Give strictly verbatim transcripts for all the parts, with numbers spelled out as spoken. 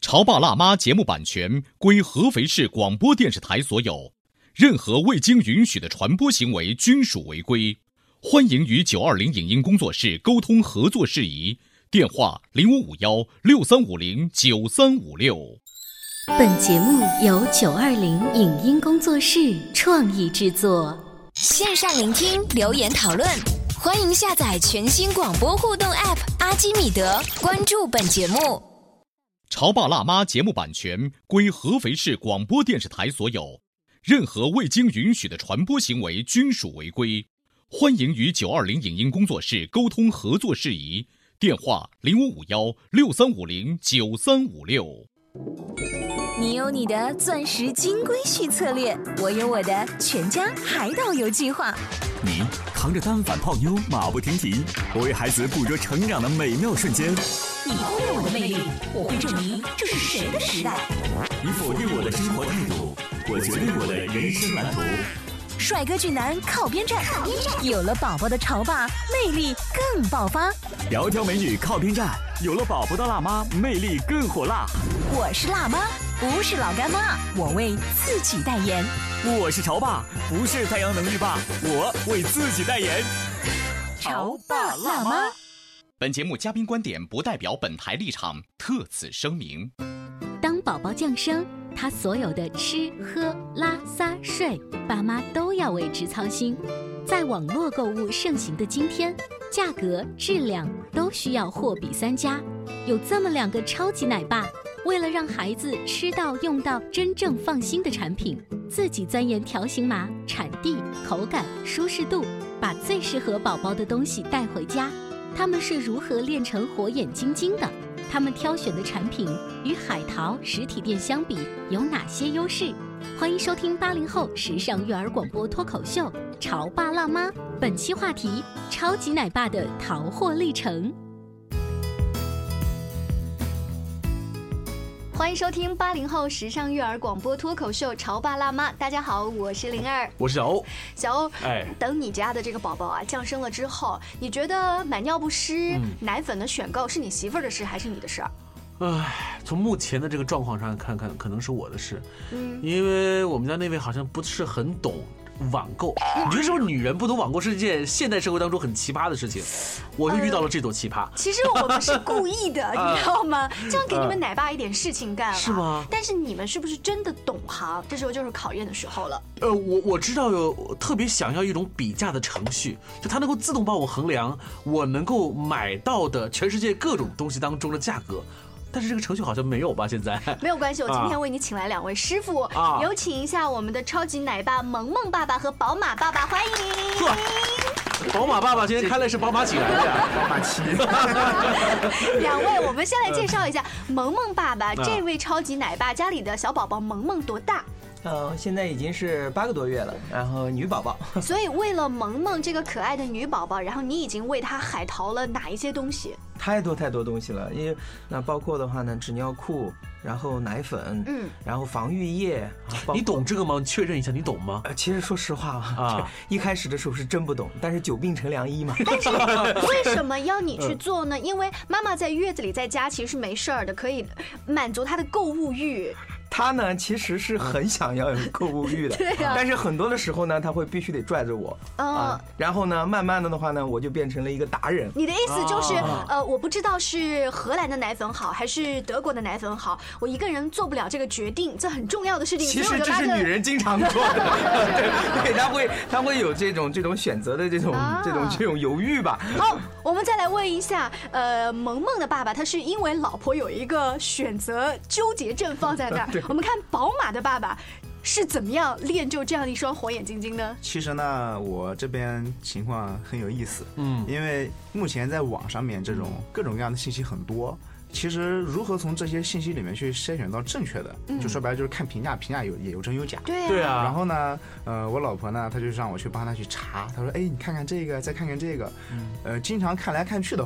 潮爸辣妈节目版权归合肥市广播电视台所有，任何未经允许的传播行为均属违规。欢迎与九二零影音工作室沟通合作事宜，电话零五五幺六三五零九三五六。 本节目由九二零影音工作室创意制作， 线上聆听，留言讨论，欢迎下载全新广播互动 App 阿基米德，关注本节目。 潮爸辣妈节目版权归合肥市广播电视台所有，任何未经允许的传播行为均属违规。欢迎与九二零影音工作室沟通合作事宜，电话零五五幺六三五零九三五六。 你有你的钻石金龟婿策略，我有我的全家海岛游计划。 你扛着单反泡妞马不停蹄，我为孩子捕捉成长的美妙瞬间。 你忽略我的魅力，我会证明这是谁的时代。 你否定我的生活态度，我决定我的人生蓝图。 帅哥俊男靠边站，靠边站有了宝宝的潮爸魅力更爆发。 窈窕美女靠边站，有了宝宝的辣妈魅力更火辣。 我是辣妈，不是老干妈，我为自己代言。 我是潮爸，不是太阳能浴霸，我为自己代言。 潮爸辣妈。 本节目嘉宾观点不代表本台立场，特此声明。 当宝宝降生，他所有的吃喝拉撒睡，爸妈都要为之操心。在网络购物盛行的今天，价格、质量都需要货比三家。有这么两个超级奶爸，为了让孩子吃到用到真正放心的产品，自己钻研条形码、产地、口感、舒适度，把最适合宝宝的东西带回家。他们是如何练成火眼金睛的？他们挑选的产品与海淘实体店相比有哪些优势？欢迎收听八零后时尚育儿广播脱口秀《潮爸辣妈》，本期话题：超级奶爸的淘货历程。 欢迎收听八零后时尚育儿广播脱口秀《潮爸辣妈》。大家好，我是灵儿， 我是小欧。 小欧， 哎， 等你家的这个宝宝啊降生了之后，你觉得买尿不湿、嗯、奶粉的选购是你媳妇儿的事还是你的事儿？ 唉，从目前的这个状况上看看，可能是我的事，嗯，因为我们家那位好像不是很懂网购。你觉得是不是女人不懂网购是一件现代社会当中很奇葩的事情？我就遇到了这种奇葩。呃、 其实我们是故意的，你知道吗？这样给你们奶爸一点事情干了。 是吗？ 但是你们是不是真的懂行？这时候就是考验的时候了。 呃，我我知道有特别想要一种比价的程序，就它能够自动帮我衡量我能够买到的全世界各种东西当中的价格。但是这个程序好像没有吧？现在没有关系，我今天为你请来两位师傅，啊、有请一下我们的超级奶爸萌萌爸爸和宝马爸爸，欢迎。 宝马爸爸今天看来是宝马请来的呀， 宝马七。 两位，我们先来介绍一下萌萌爸爸，这位超级奶爸家里的小宝宝萌萌多大？ 呃，现在已经是八个多月了，然后女宝宝。 所以为了萌萌这个可爱的女宝宝，然后你已经为她海淘了哪一些东西？ 太多太多东西了，因为那包括的话呢，纸尿裤，然后奶粉，嗯，然后防育液。 你懂这个吗？确认一下，你懂吗？ 呃，其实说实话啊，一开始的时候是真不懂，但是久病成良医嘛。 但是为什么要你去做呢？因为妈妈在月子里在家其实是没事儿的，可以满足她的购物欲。 他呢，其实是很想要有购物欲的， 对啊， 但是很多的时候呢，他会必须得拽着我，啊、呃，然后呢，慢慢的的话呢，我就变成了一个达人。 你的意思就是，哦、呃，我不知道是荷兰的奶粉好，还是德国的奶粉好，我一个人做不了这个决定，这很重要的事情。 其实这是女人经常做的，对，对，她会，她会有这种这种选择的这种、啊、这种这种犹豫吧。 好，我们再来问一下，呃，萌萌的爸爸，他是因为老婆有一个选择纠结症放在那儿。我们看宝马的爸爸是怎么样练就这样一双火眼金睛呢？ 其实呢，我这边情况很有意思，嗯，因为目前在网上面这种各种各样的信息很多，其实如何从这些信息里面去筛选到正确的，嗯、就说白了就是看评价，评价有也有真有假。 对啊。 对啊。 然后呢，呃，我老婆呢，她就让我去帮她去查，她说，哎，你看看这个，再看看这个，嗯、呃，经常看来看去的话。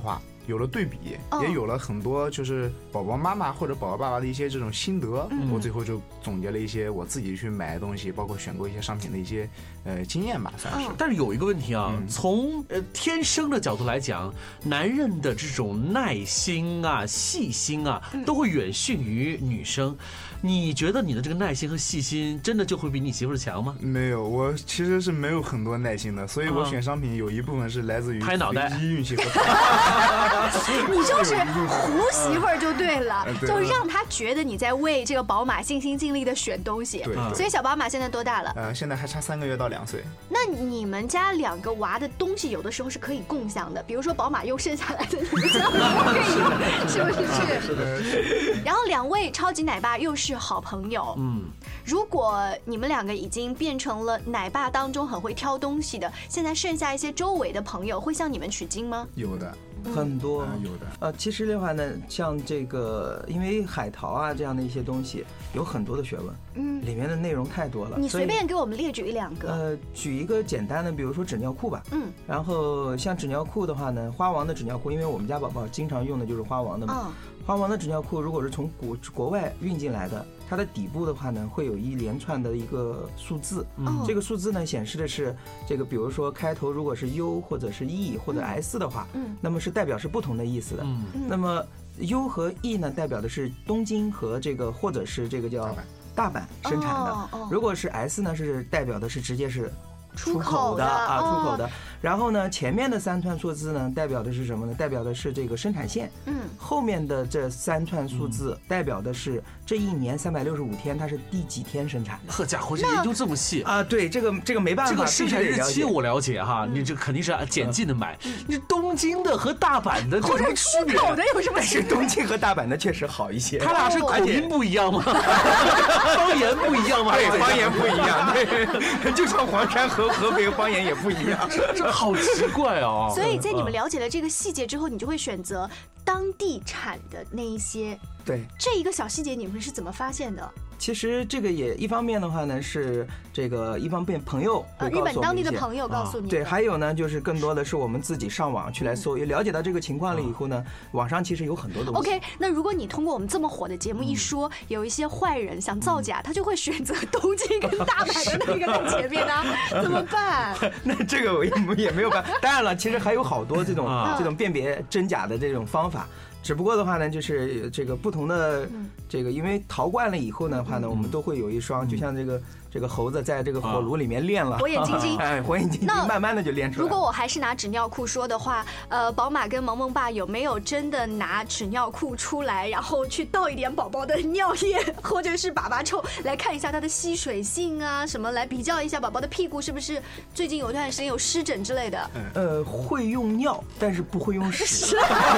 有了对比， 哦也有了很多就是宝宝妈妈或者宝宝爸爸的一些这种心得。 嗯我最后就总结了一些我自己去买东西，包括选购一些商品的一些呃经验吧，算是。 但是有一个问题啊， 嗯从呃天生的角度来讲，男人的这种耐心啊、细心啊，都会远逊于女生。你觉得你的这个耐心和细心，真的就会比你媳妇儿强吗？ 没有，我其实是没有很多耐心的，所以我选商品有一部分是来自于拍脑袋随机运气和。 你就是胡媳妇儿就对了， 嗯对就让他觉得你在为这个宝马尽心尽力的选东西。 对所以小宝马现在多大了？ 呃，现在还差三个月到两岁。 那你们家两个娃的东西有的时候是可以共享的，比如说宝马用剩下来的，你们家不可以用，是不是？ 是的。 然后两位超级奶爸又是好朋友， 嗯， 如果你们两个已经变成了奶爸当中很会挑东西的，现在剩下一些周围的朋友会向你们取经吗？ 有的。 很多、 嗯、有的。 呃，其实的话呢，像这个，因为海淘啊这样的一些东西，有很多的学问，嗯，里面的内容太多了。 你随便给我们列举一两个。 呃，举一个简单的，比如说纸尿裤吧，嗯，然后像纸尿裤的话呢，花王的纸尿裤，因为我们家宝宝经常用的就是花王的嘛，嗯、花王的纸尿裤如果是从国国外运进来的，它的底部的话呢，会有一连串的一个数字，嗯，这个数字呢显示的是这个，比如说开头如果是 U 或者是 E 或者 S 的话，嗯，那么是代表是不同的意思的，嗯，那么 U 和 E 呢代表的是东京和这个或者是这个叫大阪生产的，哦哦、如果是 S 呢是代表的是直接是出口的啊，出口的。然后呢，前面的三串数字呢，代表的是什么呢？代表的是这个生产线。嗯。后面的这三串数字代表的是这一年三百六十五天，它是第几天生产的？ 呵家伙，这研究这么细啊！对，这个这个没办法， 这个生产日期我了解哈，你这肯定是简近的买。你东京的和大阪的或者出口的有什么区别？ 东京和大阪的确实好一些。 他俩是口音不一样吗？方言不一样吗？ 对，方言不一样。对，就像黄山和合肥方言也不一样。 这好奇怪哦。 所以在你们了解了这个细节之后，你就会选择当地产的那一些。 对， 这一个小细节你们是怎么发现的？ 其实这个也一方面的话呢，是这个一方面朋友呃，日本当地的朋友告诉你、啊。 对，还有呢，就是更多的是我们自己上网去来搜，也了解到这个情况了以后呢，网上其实有很多东西。 OK， 那如果你通过我们这么火的节目一说，嗯、有一些坏人想造假，他就会选择东京跟大阪的那个在前面呢、啊，怎么办？ 那这个我也也没有办法。当然了，其实还有好多这种、啊、这种辨别真假的这种方法。只不过的话呢，就是这个不同的这个，因为淘惯了以后的话呢，我们都会有一双，就像这个这个猴子在这个火炉里面练了， 火眼金睛， 哎，火眼金睛，慢慢的就练出来了。 如果我还是拿纸尿裤说的话，呃，宝马跟萌萌爸有没有真的拿纸尿裤出来，然后去倒一点宝宝的尿液或者是粑粑臭，来看一下它的吸水性啊，什么来比较一下宝宝的屁股是不是最近有段时间有湿疹之类的？ 呃，会用尿，但是不会用屎。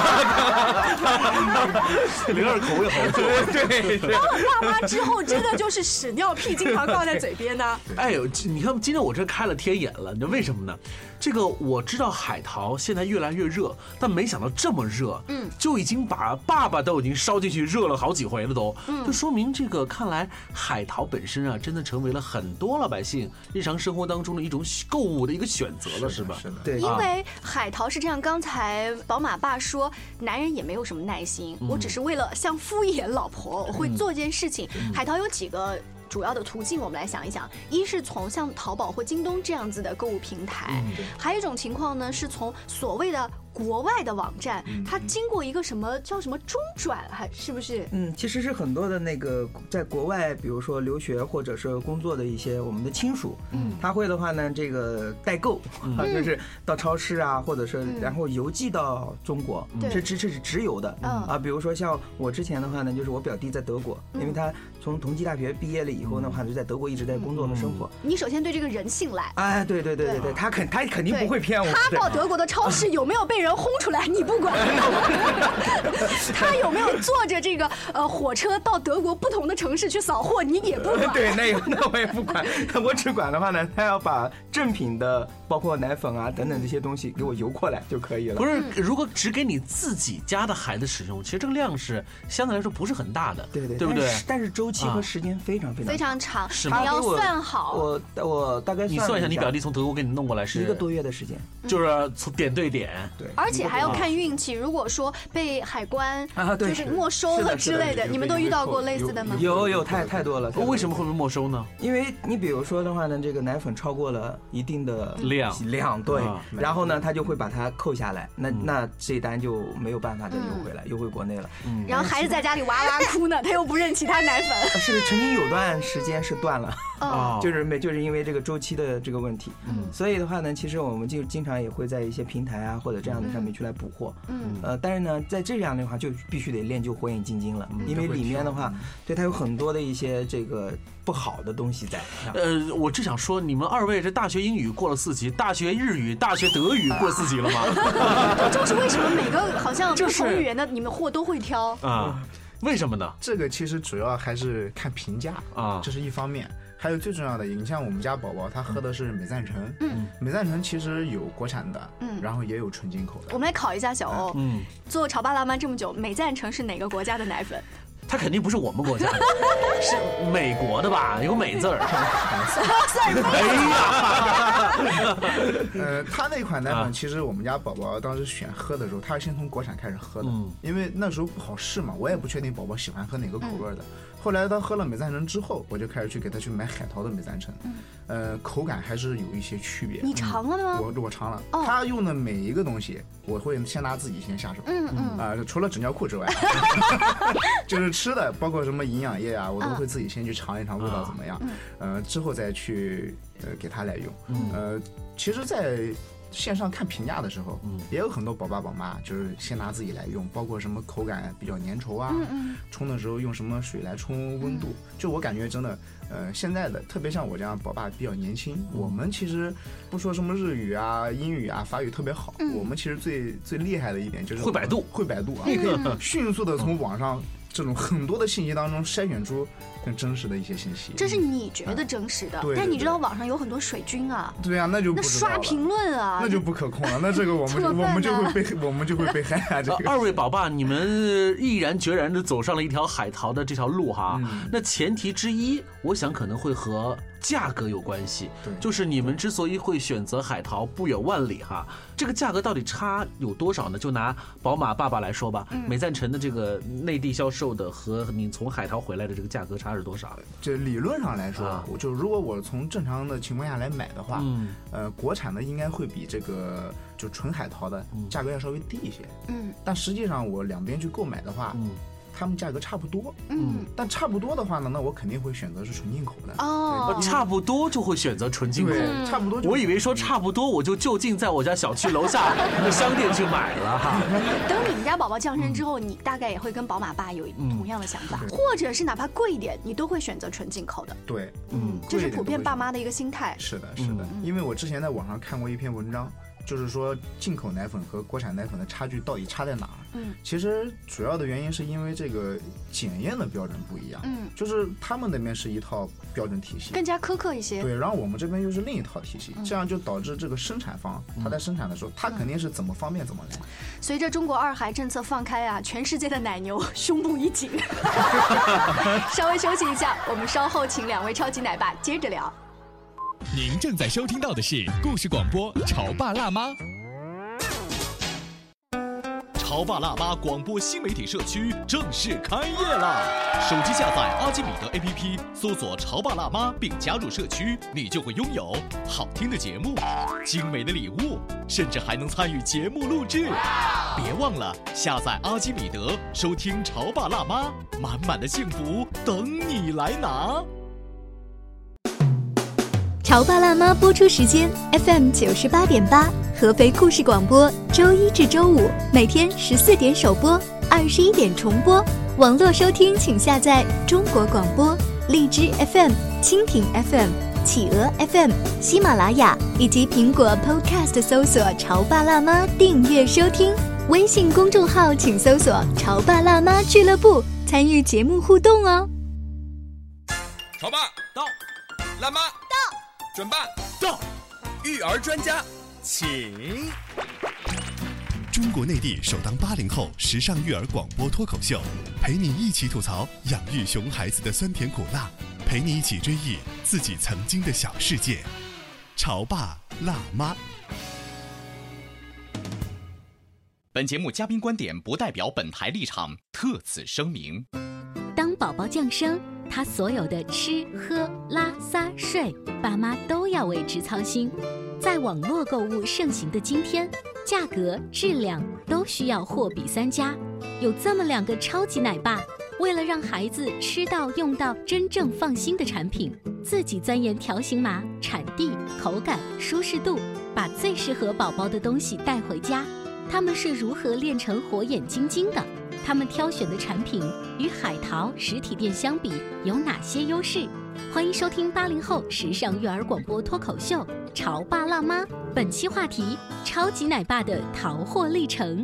零二口味好重， 对对。 当了爸妈之后，真的就是屎尿屁经常挂在嘴边呢。 哎呦，你看今天我这开了天眼了，你知道为什么呢？这个我知道海淘现在越来越热，但没想到这么热，嗯，就已经把爸爸都已经烧进去热了好几回了都，嗯，就说明这个看来海淘本身啊，真的成为了很多老百姓日常生活当中的一种购物的一个选择了，是吧？ 是的， 对。 因为海淘是这样，刚才宝马爸说，男人也没有什么耐心，嗯、我只是为了像敷衍老婆，我会做件事情。嗯、海淘有几个主要的途径，我们来想一想，一是从像淘宝或京东这样子的购物平台，嗯、还有一种情况呢，是从所谓的国外的网站，它经过一个什么叫什么中转，还是不是？ 嗯，其实是很多的那个在国外，比如说留学或者是工作的一些我们的亲属，嗯，他会的话呢，这个代购，嗯、就是到超市啊，或者是然后邮寄到中国，嗯、是直是是直邮的，嗯、啊，比如说像我之前的话呢，就是我表弟在德国，嗯、因为他从同济大学毕业了以后的话，就在德国一直在工作和生活。 你首先对这个人信赖， 哎，对对对对对，他肯他肯定不会骗我。 他到德国的超市有没有被人轰出来，你不管。他有没有坐着这个呃火车到德国不同的城市去扫货，你也不管。 对，那那我也不管，我只管的话呢，他要把正品的包括奶粉啊等等这些东西给我邮过来就可以了。 不是，如果只给你自己家的孩子使用，其实这个量是相对来说不是很大的， 对对对不对？ 但是, 但是周期和时间非常非常非常长， 是吗？ 你要算好。 我我大概你算一下，你表弟从德国给你弄过来是一个多月的时间， 就是从点对点， 对， 而且还要看运气。如果说被海关就是没收了之类的， 的你们都遇到过类似的吗？ 有有太太多了。 为什么会被没收呢？ 因为你比如说的话呢，这个奶粉超过了一定的量量，对， 啊、 然后呢，他就会把它扣下来，那、嗯、那这单就没有办法再邮回来，邮、嗯、回国内了。 嗯，然后孩子在家里哇哇哭呢，他又不认其他奶粉。 是曾经有段时间是断了， 哦， 就是没就是因为这个周期的这个问题。嗯，所以的话呢，其实我们就经常也会在一些平台啊或者这样的上面去来补货。嗯，呃，但是呢，在这样的话就必须得练就火眼金睛了，嗯、因为里面的话，对它有很多的一些这个不好的东西在。 呃，我只想说，你们二位这大学英语过了四级，大学日语、大学德语过四级了吗？ 这就是为什么每个好像不同语言的你们货都会挑啊？为什么呢？ 这个其实主要还是看评价啊，这是一方面。还有最重要的，你像我们家宝宝，他喝的是美赞臣。嗯，美赞臣其实有国产的，嗯，然后也有纯进口的。 我们来考一下小欧，嗯，做潮爸辣妈这么久，美赞臣是哪个国家的奶粉？ 它肯定不是我们国家的，是美国的吧？有美字儿。 哎呀，呃，他那款奶粉其实我们家宝宝当时选喝的时候，他是先从国产开始喝的，嗯、因为那时候不好试嘛，我也不确定宝宝喜欢喝哪个口味的。嗯、后来他喝了美赞臣之后，我就开始去给他去买海淘的美赞臣，嗯、呃，口感还是有一些区别。 你尝了吗？ 我我尝了，哦、他用的每一个东西，我会先拿自己先下手，嗯嗯，啊、呃，除了纸尿裤之外，就是吃的，包括什么营养液啊，我都会自己先去尝一尝味道怎么样，嗯、呃，之后再去呃给他来用，嗯、呃，其实，在线上看评价的时候，嗯，也有很多宝爸宝妈就是先拿自己来用，包括什么口感比较粘稠啊，嗯嗯，冲的时候用什么水来冲温度，嗯、就我感觉真的，呃，现在的特别像我这样宝爸比较年轻，嗯、我们其实不说什么日语啊、英语啊、法语特别好，嗯、我们其实最最厉害的一点就是会百度， 会百度啊，可以迅速的从网上这种很多的信息当中筛选出更真实的一些信息。 这是你觉得真实的， 嗯、对对对， 但你知道网上有很多水军啊。 对啊，那就不那刷评论啊， 那就不可控了。那这个我们我们就会被我们就会被害啊。这个二位宝爸，你们毅然决然的走上了一条海淘的这条路哈。嗯、那前提之一，我想可能会和价格有关系。 对， 就是你们之所以会选择海淘，不远万里哈。这个价格到底差有多少呢？就拿宝马爸爸来说吧，嗯、美赞臣的这个内地销售的和你从海淘回来的这个价格差是多少？ 这理论上来说，啊、就如果我从正常的情况下来买的话，嗯、呃，国产的应该会比这个就纯海淘的价格要稍微低一些。嗯，但实际上我两边去购买的话，嗯。他们价格差不多，嗯，但差不多的话呢，那我肯定会选择是纯进口的哦。 差不多就会选择纯进口， 对，差不多。 我以为说差不多，我就就近在我家小区楼下的商店去买了哈。 等你们家宝宝降生之后，你大概也会跟宝马爸有同样的想法，嗯、或者是哪怕贵一点，你都会选择纯进口的。 对， 嗯，这是普遍爸妈的一个心态。 是的，是的，嗯、因为我之前在网上看过一篇文章。就是说，进口奶粉和国产奶粉的差距到底差在哪儿？嗯，其实主要的原因是因为这个检验的标准不一样。嗯，就是他们那边是一套标准体系， 更加苛刻一些。 对，然后我们这边又是另一套体系，嗯、这样就导致这个生产方他在生产的时候，他肯定是怎么方便怎么来。 随着中国二孩政策放开啊，全世界的奶牛胸部一紧。稍微休息一下，我们稍后请两位超级奶爸接着聊。 您正在收听到的是故事广播《潮爸辣妈》。潮爸辣妈广播新媒体社区正式开业啦！手机下载阿基米德 A P P， 搜索“潮爸辣妈”并加入社区，你就会拥有好听的节目、精美的礼物，甚至还能参与节目录制。别忘了下载阿基米德，收听“潮爸辣妈”，满满的幸福等你来拿。 潮爸辣妈播出时间 F M 九十八点八，合肥故事广播，周一至周五每天十四点首播，二十一点重播。网络收听请下载中国广播、荔枝 F M、蜻蜓 F M、企鹅 F M、喜马拉雅以及苹果 Podcast 搜索“潮爸辣妈”订阅收听。微信公众号请搜索“潮爸辣妈俱乐部”，参与节目互动哦。 潮爸到，辣妈到。准爸到， 育儿专家，请。 中国内地首档八零后时尚育儿广播脱口秀，陪你一起吐槽养育熊孩子的酸甜苦辣，陪你一起追忆自己曾经的小世界。潮爸辣妈。 本节目嘉宾观点不代表本台立场，特此声明。 当宝宝降生，他所有的吃喝拉撒睡，爸妈都要为之操心。在网络购物盛行的今天，价格、质量都需要货比三家。有这么两个超级奶爸，为了让孩子吃到用到真正放心的产品，自己钻研条形码、产地、口感、舒适度，把最适合宝宝的东西带回家。他们是如何练成火眼金睛的？他们挑选的产品与海淘实体店相比有哪些优势？欢迎收听八零后时尚育儿广播脱口秀《潮爸辣妈》，本期话题：超级奶爸的淘货历程。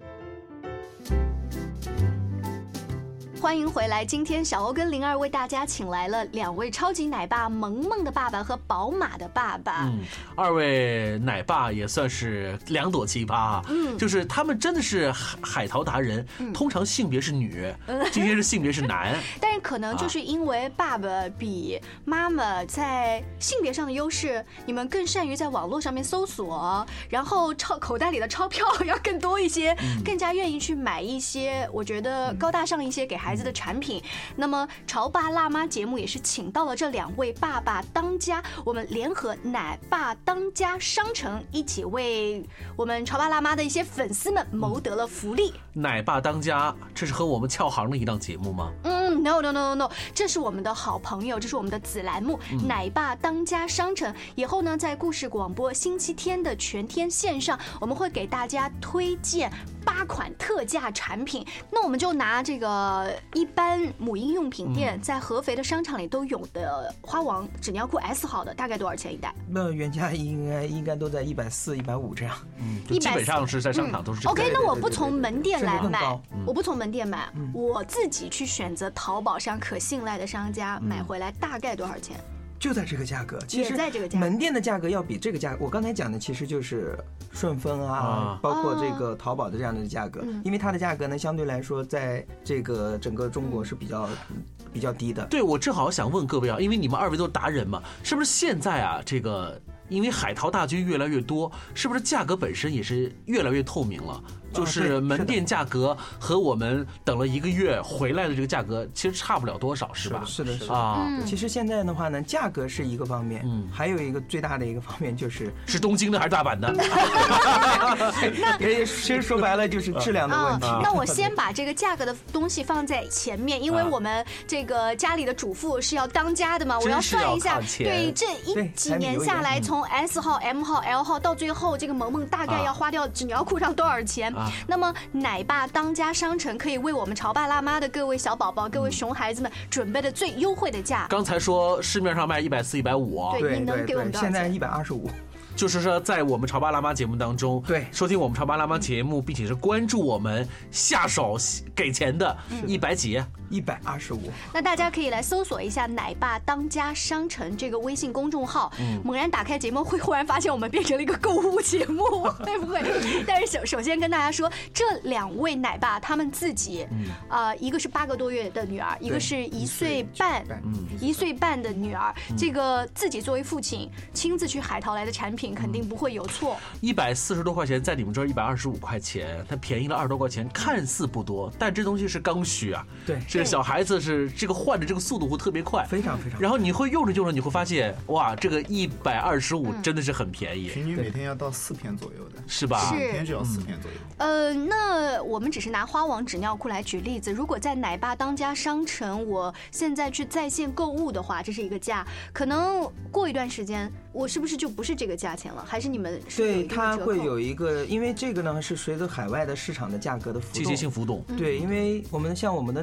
欢迎回来，今天小欧跟灵儿为大家请来了两位超级奶爸，萌萌的爸爸和宝马的爸爸。 嗯，二位奶爸也算是两朵奇葩啊。嗯，就是他们真的是海海淘达人，嗯、通常性别是女，嗯、今天是性别是男。 但是可能就是因为爸爸比妈妈在性别上的优势，你们更善于在网络上面搜索，然后钞口袋里的钞票要更多一些，嗯、更加愿意去买一些我觉得高大上一些给孩子的产品。那么潮爸辣妈节目也是请到了这两位爸爸当家，我们联合奶爸当家商城，一起为我们潮爸辣妈的一些粉丝们谋得了福利。 奶爸当家，这是和我们俏行的一档节目吗？ 嗯 ，no no no no， 这是我们的好朋友，这是我们的子栏目、嗯、奶爸当家商城。以后呢，在故事广播星期天的全天线上，我们会给大家推荐八款特价产品。那我们就拿这个一般母婴用品店在合肥的商场里都有的花王纸尿裤 S 号的，大概多少钱一袋？ 那原价应该应该都在一百四、一百五这样。 嗯，就基本上是在商场都是这样。 嗯、OK， 那我不从门店来买，我不从门店买，嗯、我自己去选择淘宝上可信赖的商家买回来，大概多少钱？ 就在这个价格，其实门店的价格要比这个价格，我刚才讲的其实就是顺丰啊，啊包括这个淘宝的这样的价格，哦、因为它的价格呢相对来说在这个整个中国是比较、嗯、比较低的。 对，我正好想问各位啊，因为你们二位都是达人嘛，是不是现在啊这个因为海淘大军越来越多，是不是价格本身也是越来越透明了？就是门店价格和我们等了一个月回来的这个价格其实差不了多少，是吧？ 是的，是的啊。其实现在的话呢，价格是一个方面，嗯，还有一个最大的一个方面就是是东京的还是大阪的？ 那其实说白了就是质量的问题。 啊、那我先把这个价格的东西放在前面，因为我们这个家里的主妇是要当家的嘛，我要算一下，对这一几年下来，从 S 号、M 号、L 号到最后这个萌萌大概要花掉纸尿裤上多少钱？啊、那么奶爸当家商城可以为我们潮爸辣妈的各位小宝宝、各位熊孩子们准备的最优惠的价。 刚才说市面上卖一百四、一百五， 对，你能给我们多少钱？ 现在一百二十五。 就是说，在我们潮爸辣妈节目当中， 对， 收听我们潮爸辣妈节目，并且是关注我们下手给钱的，一百几， 一百二十五。 那大家可以来搜索一下“奶爸当家商城”这个微信公众号，嗯、猛然打开节目，会忽然发现我们变成了一个购物节目，会不会？但是首首先跟大家说，这两位奶爸他们自己，嗯、呃，一个是八个多月的女儿，一个是一岁半，嗯，一岁半的女儿，嗯、这个自己作为父亲亲自去海淘来的产品。肯定不会有错。 一百四十多块钱，在你们这儿一百二十五块钱，它便宜了二十多块钱，看似不多，但这东西是刚需啊。 对， 这个小孩子是这个换的这个速度会特别快， 非常非常。 然后你会用着用着，你会发现，哇，这个一百二十五真的是很便宜， 平均每天要到四片左右的， 是吧？ 每天就要四片左右。 呃，那我们只是拿花王纸尿裤来举例子，如果在奶爸当家商城，我现在去在线购物的话，这是一个价，可能过一段时间，我是不是就不是这个价钱了？还是你们是对它会有一个，因为这个呢是随着海外的市场的价格的浮动， 季节性浮动。 对，因为我们像我们的这个合作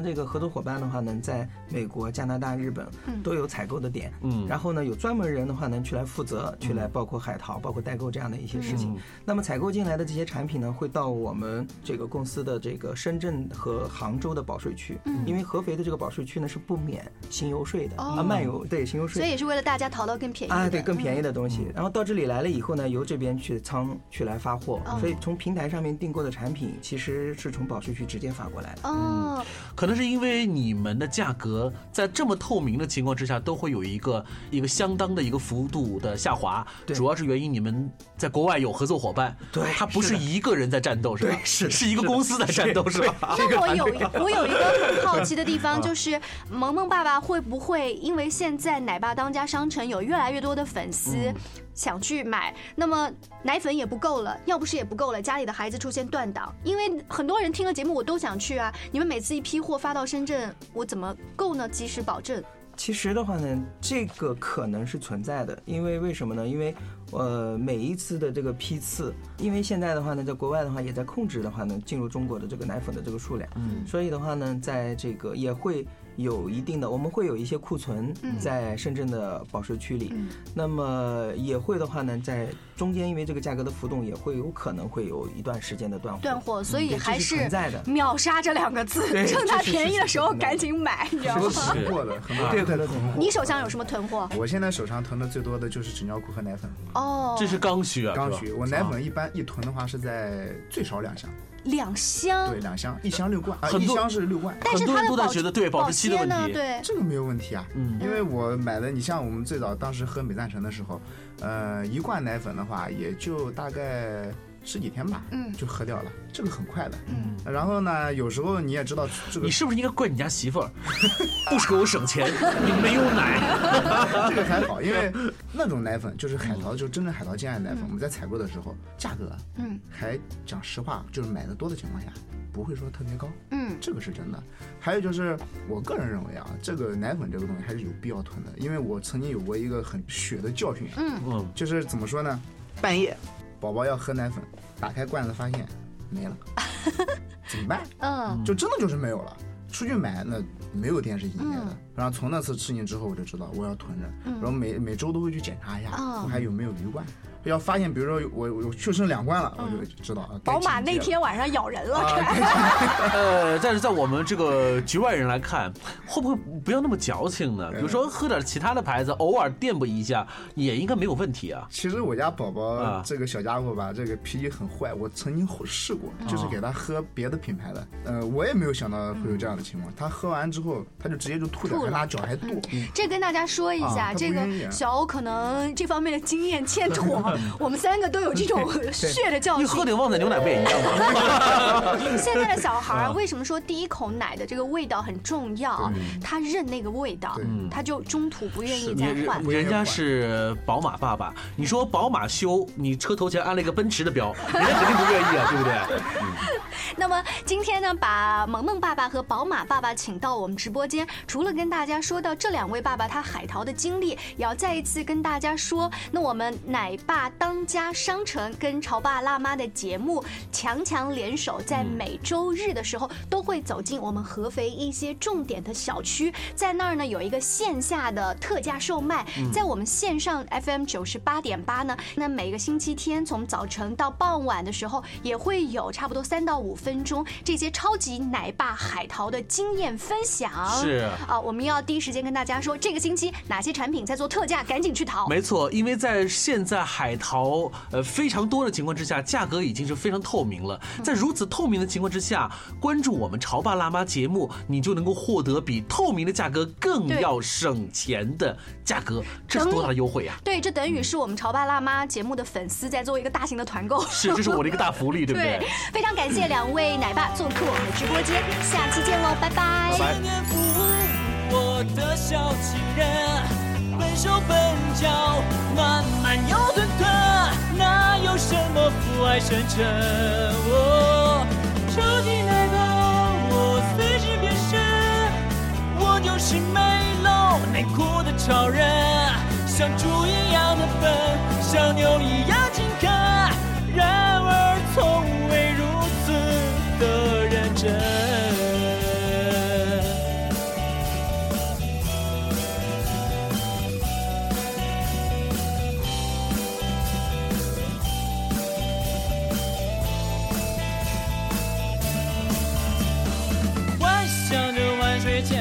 作伙伴的话呢，在美国、加拿大、日本都有采购的点，嗯，然后呢，有专门人的话呢，去来负责，去来包括海淘、包括代购这样的一些事情。那么采购进来的这些产品呢，会到我们这个公司的这个深圳和杭州的保税区，因为合肥的这个保税区呢是不免新油税的啊，漫游对新油税， 所以也是为了大家淘到更便宜啊，对更便宜的东西。然后到这里来了以后呢，由这边去仓去来发货，所以从平台上面订购的产品其实是从保税区直接发过来的。 哦，可能是因为你们的价格在这么透明的情况之下，都会有一个一个相当的一个幅度的下滑，主要是源于你们在国外有合作伙伴，对，他不是一个人在战斗，是吧？是是一个公司在战斗，是吧？ 那我有我有一个很好奇的地方，就是萌萌爸爸会不会因为现在奶爸当家商城有越来越多的粉丝想去买，那么奶粉也不够了，药不是也不够了，家里的孩子出现断档，因为很多人听了节目我都想去啊，你们每次一批货发到深圳，我怎么够呢？及时保证。 其实的话呢，这个可能是存在的，因为为什么呢？因为呃每一次的这个批次，因为现在的话呢，在国外的话也在控制的话呢，进入中国的这个奶粉的这个数量，嗯，所以的话呢，在这个也会有一定的，我们会有一些库存在深圳的保税区里，嗯、那么也会的话呢，在中间因为这个价格的浮动，也会有可能会有一段时间的断货。 断货，所以还是存在的。 秒杀这两个字，趁它便宜的时候赶紧买，你知道吗？ 囤货的，很多对对对。 你手上有什么囤货？ 我现在手上囤的最多的就是纸尿裤和奶粉。 哦， 这是刚需啊， 刚需。我奶粉一般一囤的话是在最少两箱。 两箱， 对，两箱，一箱六罐，啊，一箱是六罐。 但是它的都在觉得对保质期的问题， 对， 这个没有问题啊，嗯，因为我买的，你像我们最早当时喝美赞臣的时候，呃，一罐奶粉的话也就大概十几天吧，嗯，就喝掉了，这个很快的，嗯。然后呢，有时候你也知道这个， 你是不是应该怪你家媳妇儿，不是给我省钱，你没有奶？ 这个还好，因为那种奶粉就是海淘，就真正海淘进来的奶粉，我们在采购的时候，价格，嗯，还讲实话，就是买的多的情况下，不会说特别高，嗯，这个是真的。还有就是，我个人认为啊，这个奶粉这个东西还是有必要囤的，因为我曾经有过一个很血的教训，嗯嗯，就是怎么说呢，半夜。宝宝要喝奶粉，打开罐子发现没了，怎么办？嗯，就真的就是没有了。出去买那没有电视营业的，嗯、然后从那次事情之后，我就知道我要囤着，嗯、然后每每周都会去检查一下，哦、我还有没有余罐。要发现，比如说我我就剩两罐了，嗯、我就知道。 宝马那天晚上咬人了。啊、 呃，但是在我们这个局外人来看，会不会不要那么矫情呢？比如说喝点其他的牌子，偶尔垫补一下，也应该没有问题啊。 其实我家宝宝这个小家伙吧，这个脾气很坏，我曾经试过，就是给他喝别的品牌的，呃，我也没有想到会有这样的情况。他喝完之后，他就直接就吐掉，还拿脚还跺。 嗯、这跟大家说一下，啊、这个小欧可能这方面的经验欠妥。我们三个都有这种血的教训。 你喝点旺仔牛奶不也一样吗？ 现在的小孩为什么说第一口奶的这个味道很重要？他认那个味道，他就中途不愿意再换。 人家是宝马爸爸，你说宝马修，你车头前安了一个奔驰的标，人家肯定不愿意啊，对不对？嗯、 那么今天呢，把萌萌爸爸和宝马爸爸请到我们直播间，除了跟大家说到这两位爸爸他海淘的经历，也要再一次跟大家说，那我们奶爸当家商城跟潮爸辣妈的节目强强联手，在每周日的时候都会走进我们合肥一些重点的小区，在那儿呢有一个线下的特价售卖，在我们线上 F M 九十八点八呢，那每个星期天从早晨到傍晚的时候，也会有差不多三到五分钟这些超级奶爸海淘的经验分享。 是啊，我们要第一时间跟大家说，这个星期哪些产品在做特价，赶紧去淘。 没错，因为在现在海淘呃非常多的情况之下，价格已经是非常透明了。在如此透明的情况之下，关注我们潮爸辣妈节目，你就能够获得比透明的价格更要省钱的价格，这是多大的优惠啊！ 对，这等于是我们潮爸辣妈节目的粉丝在做一个大型的团购。 是，这是我的一个大福利，对不对？ 对，非常感谢两位奶爸做客我们的直播间，下期见喽，拜拜！ 拜拜。 我的小情人，笨手笨脚，慢慢又吞吞，哪有什么父爱深沉？哦，超级奶爸，我随时变身，我就是美露内裤的超人，像猪一样的笨，像牛一样勤恳，然而从未如此的认真。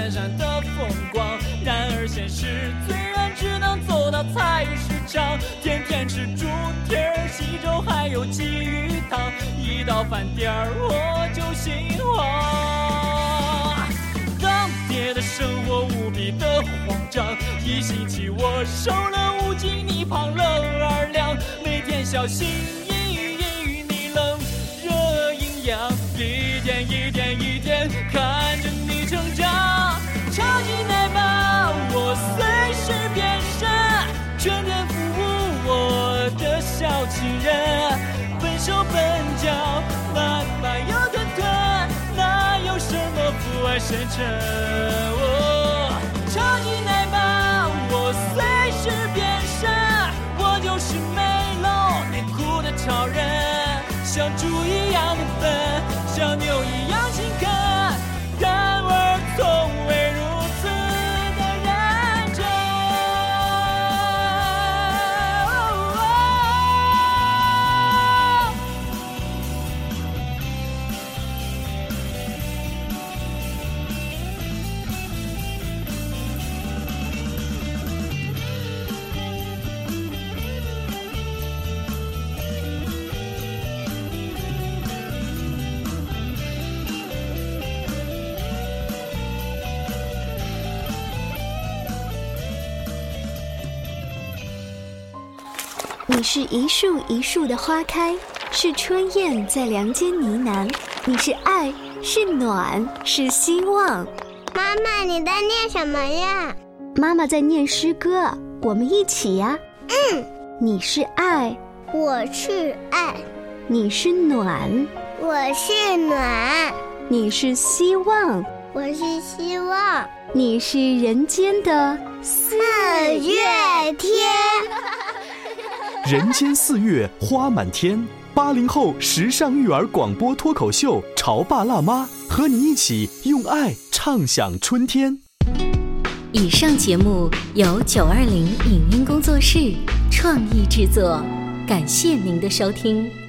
千山的风光。然而现实虽然只能走到菜市场，天天吃猪蹄儿、稀粥还有鲫鱼汤，一到饭点儿我就心慌。当爹的生活无比的慌张，一星期我瘦了五斤，你胖了二两，每天小心翼翼与你冷热营养，一天一天一天看着你成长。超级奶爸我随时变身，全天服务我的小情人，笨手笨脚慢慢又吞吞，哪有什么父爱深沉。哦，超级奶爸我随时变身，我就是美容内裤的超人，像猪一样的笨，像牛一样勤恳，然而从未如此的认真。 你是一树一树的花开，是春燕在梁间呢喃，你是爱，是暖，是希望。 妈妈，你在念什么呀？ 妈妈在念诗歌，我们一起呀。 嗯。 你是爱， 我是爱。 你是暖， 我是暖。 你是希望， 我是希望。 你是人间的四月天。 人间四月花满天，八零后时尚育儿广播脱口秀《潮爸辣妈》，和你一起用爱畅享春天。 以上节目由九二零影音工作室创意制作，感谢您的收听。